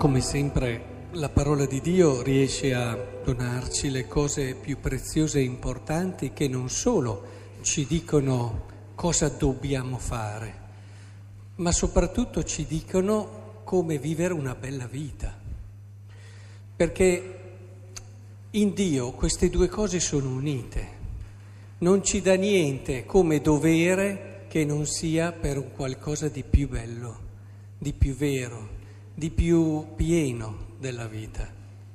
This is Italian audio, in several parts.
Come sempre la parola di Dio riesce a donarci le cose più preziose e importanti che non solo ci dicono cosa dobbiamo fare, ma soprattutto ci dicono come vivere una bella vita. Perché in Dio queste due cose sono unite. Non ci dà niente come dovere che non sia per un qualcosa di più bello, di più vero, di più pieno della vita.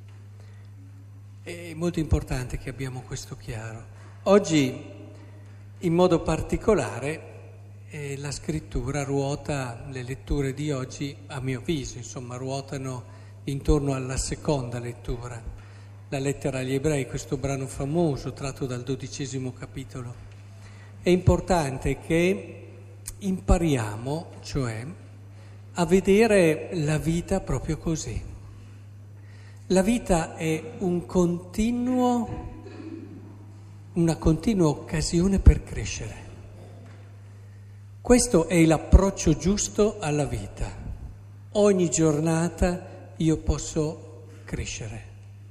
È molto importante che abbiamo questo chiaro. Oggi, in modo particolare, la scrittura ruota, le letture di oggi, a mio avviso, ruotano intorno alla seconda lettura, la lettera agli Ebrei, questo brano famoso tratto dal 12° capitolo. È importante che impariamo, cioè, a vedere la vita proprio così. La vita è una continua occasione per crescere. Questo è l'approccio giusto alla vita. Ogni giornata io posso crescere.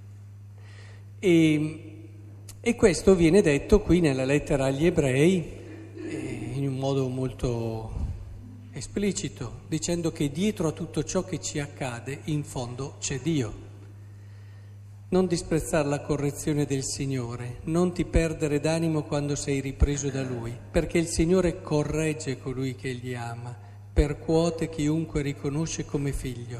E questo viene detto qui nella lettera agli Ebrei in un modo molto esplicito, dicendo che dietro a tutto ciò che ci accade, in fondo c'è Dio. Non disprezzare la correzione del Signore, non ti perdere d'animo quando sei ripreso da Lui, perché il Signore corregge colui che Egli ama, percuote chiunque riconosce come figlio.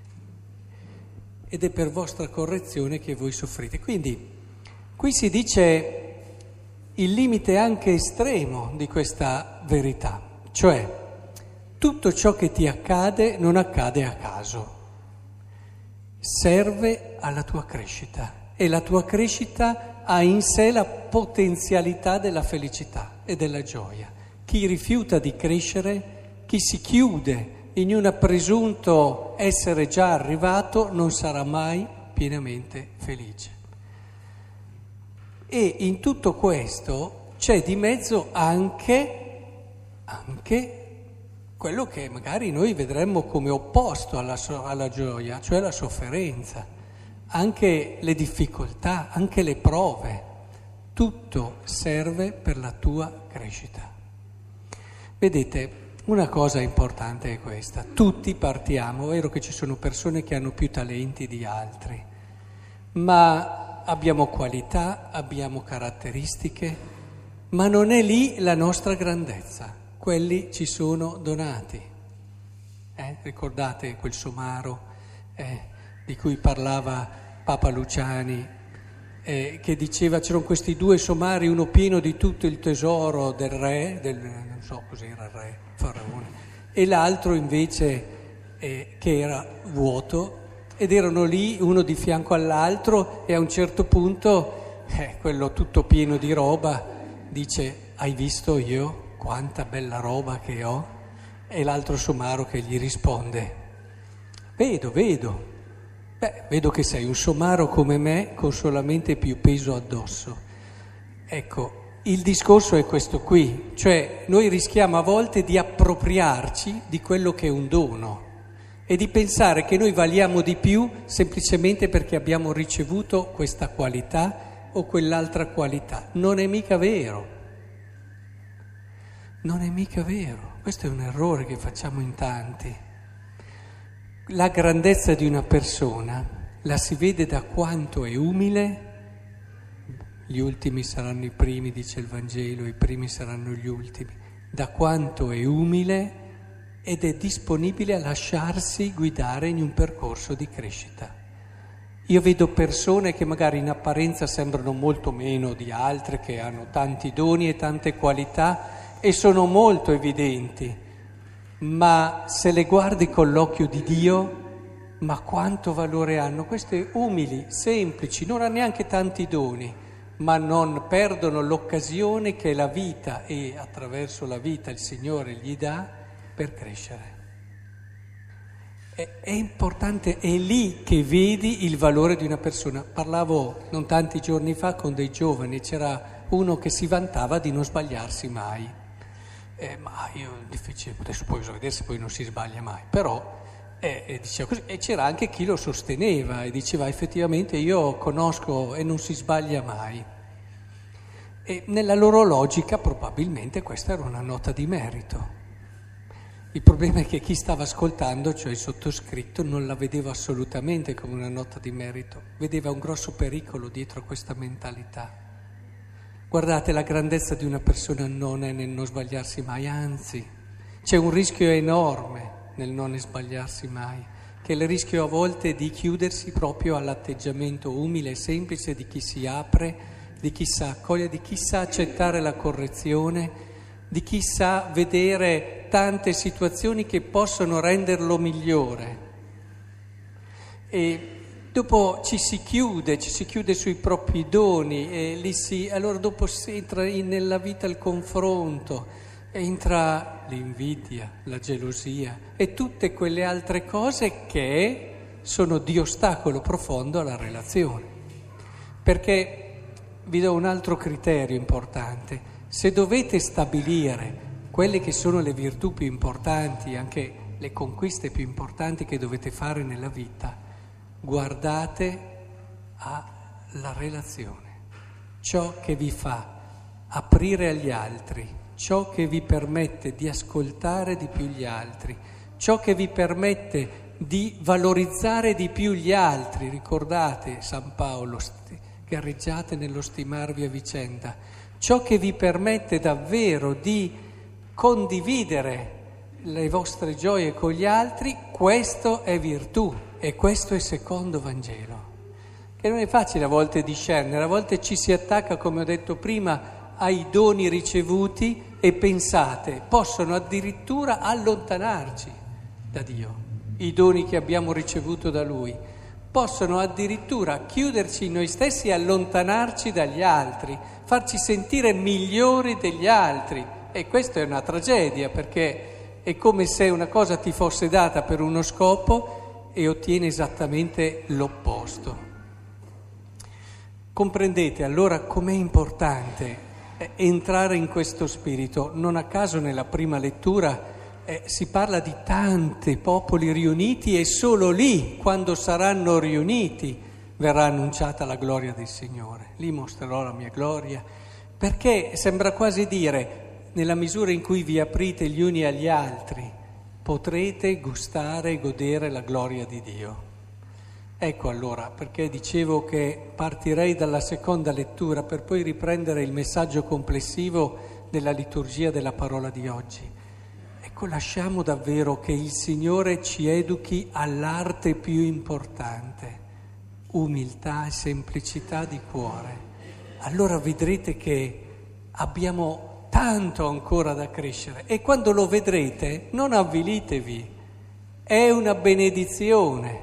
Ed è per vostra correzione che voi soffrite. Quindi, qui si dice il limite anche estremo di questa verità, cioè tutto ciò che ti accade non accade a caso, serve alla tua crescita e la tua crescita ha in sé la potenzialità della felicità e della gioia. Chi rifiuta di crescere, chi si chiude in un presunto essere già arrivato, non sarà mai pienamente felice. E in tutto questo c'è di mezzo anche quello che magari noi vedremmo come opposto alla gioia, cioè la sofferenza, anche le difficoltà, anche le prove. Tutto serve per la tua crescita. Vedete, una cosa importante è questa: tutti partiamo, è vero che ci sono persone che hanno più talenti di altri, ma abbiamo qualità, abbiamo caratteristiche, ma non è lì la nostra grandezza. Quelli ci sono donati. Ricordate quel somaro di cui parlava Papa Luciani, che diceva c'erano questi due somari, uno pieno di tutto il tesoro del re, non so cos'era il re, Faraone, e l'altro invece che era vuoto, ed erano lì uno di fianco all'altro, e a un certo punto quello tutto pieno di roba dice: hai visto io quanta bella roba che ho? E l'altro somaro che gli risponde: vedo, vedo che sei un somaro come me con solamente più peso addosso. Ecco, il discorso è questo qui, cioè noi rischiamo a volte di appropriarci di quello che è un dono e di pensare che noi valiamo di più semplicemente perché abbiamo ricevuto questa qualità o quell'altra qualità. Non è mica vero. Non è mica vero, questo è un errore che facciamo in tanti. La grandezza di una persona la si vede da quanto è umile. Gli ultimi saranno i primi, dice il Vangelo, i primi saranno gli ultimi. Da quanto è umile ed è disponibile a lasciarsi guidare in un percorso di crescita. Io vedo persone che magari in apparenza sembrano molto meno di altre, che hanno tanti doni e tante qualità, e sono molto evidenti, ma se le guardi con l'occhio di Dio, ma quanto valore hanno? Queste umili, semplici, non hanno neanche tanti doni, ma non perdono l'occasione che la vita e attraverso la vita il Signore gli dà per crescere. È importante, è lì che vedi il valore di una persona. Parlavo non tanti giorni fa con dei giovani, c'era uno che si vantava di non sbagliarsi mai. Ma io difficile, adesso poi bisogna vedere se poi non si sbaglia mai, però E diceva così. E c'era anche chi lo sosteneva e diceva effettivamente io conosco e non si sbaglia mai. E nella loro logica probabilmente questa era una nota di merito. Il problema è che chi stava ascoltando, cioè il sottoscritto, non la vedeva assolutamente come una nota di merito, vedeva un grosso pericolo dietro a questa mentalità. Guardate, la grandezza di una persona non è nel non sbagliarsi mai, anzi, c'è un rischio enorme nel non sbagliarsi mai, che è il rischio a volte di chiudersi proprio all'atteggiamento umile e semplice di chi si apre, di chi sa accogliere, di chi sa accettare la correzione, di chi sa vedere tante situazioni che possono renderlo migliore. E dopo ci si chiude sui propri doni e allora dopo si entra nella vita il confronto, entra l'invidia, la gelosia e tutte quelle altre cose che sono di ostacolo profondo alla relazione. Perché vi do un altro criterio importante. Se dovete stabilire quelle che sono le virtù più importanti, anche le conquiste più importanti che dovete fare nella vita, guardate alla relazione, ciò che vi fa aprire agli altri, ciò che vi permette di ascoltare di più gli altri, ciò che vi permette di valorizzare di più gli altri. Ricordate San Paolo, gareggiate nello stimarvi a vicenda. Ciò che vi permette davvero di condividere le vostre gioie con gli altri, questo è virtù e questo è secondo Vangelo. Che non è facile a volte discernere, a volte ci si attacca, come ho detto prima, ai doni ricevuti e pensate, possono addirittura allontanarci da Dio, i doni che abbiamo ricevuto da Lui. Possono addirittura chiuderci in noi stessi e allontanarci dagli altri, farci sentire migliori degli altri. E questa è una tragedia, perché è come se una cosa ti fosse data per uno scopo e ottiene esattamente l'opposto. Comprendete allora com'è importante entrare in questo spirito. Non a caso nella prima lettura si parla di tanti popoli riuniti e solo lì, quando saranno riuniti, verrà annunciata la gloria del Signore. Lì mostrerò la mia gloria, perché sembra quasi dire, nella misura in cui vi aprite gli uni agli altri, potrete gustare e godere la gloria di Dio. Ecco allora perché dicevo che partirei dalla seconda lettura per poi riprendere il messaggio complessivo della liturgia della parola di oggi. Ecco, lasciamo davvero che il Signore ci educhi all'arte più importante, umiltà e semplicità di cuore. Allora vedrete che abbiamo tanto ancora da crescere e quando lo vedrete non avvilitevi, è una benedizione,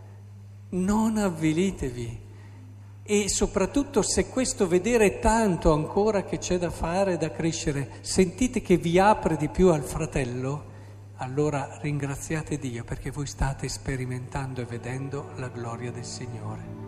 non avvilitevi. E soprattutto se questo vedere tanto ancora che c'è da fare, da crescere, sentite che vi apre di più al fratello, allora ringraziate Dio perché voi state sperimentando e vedendo la gloria del Signore.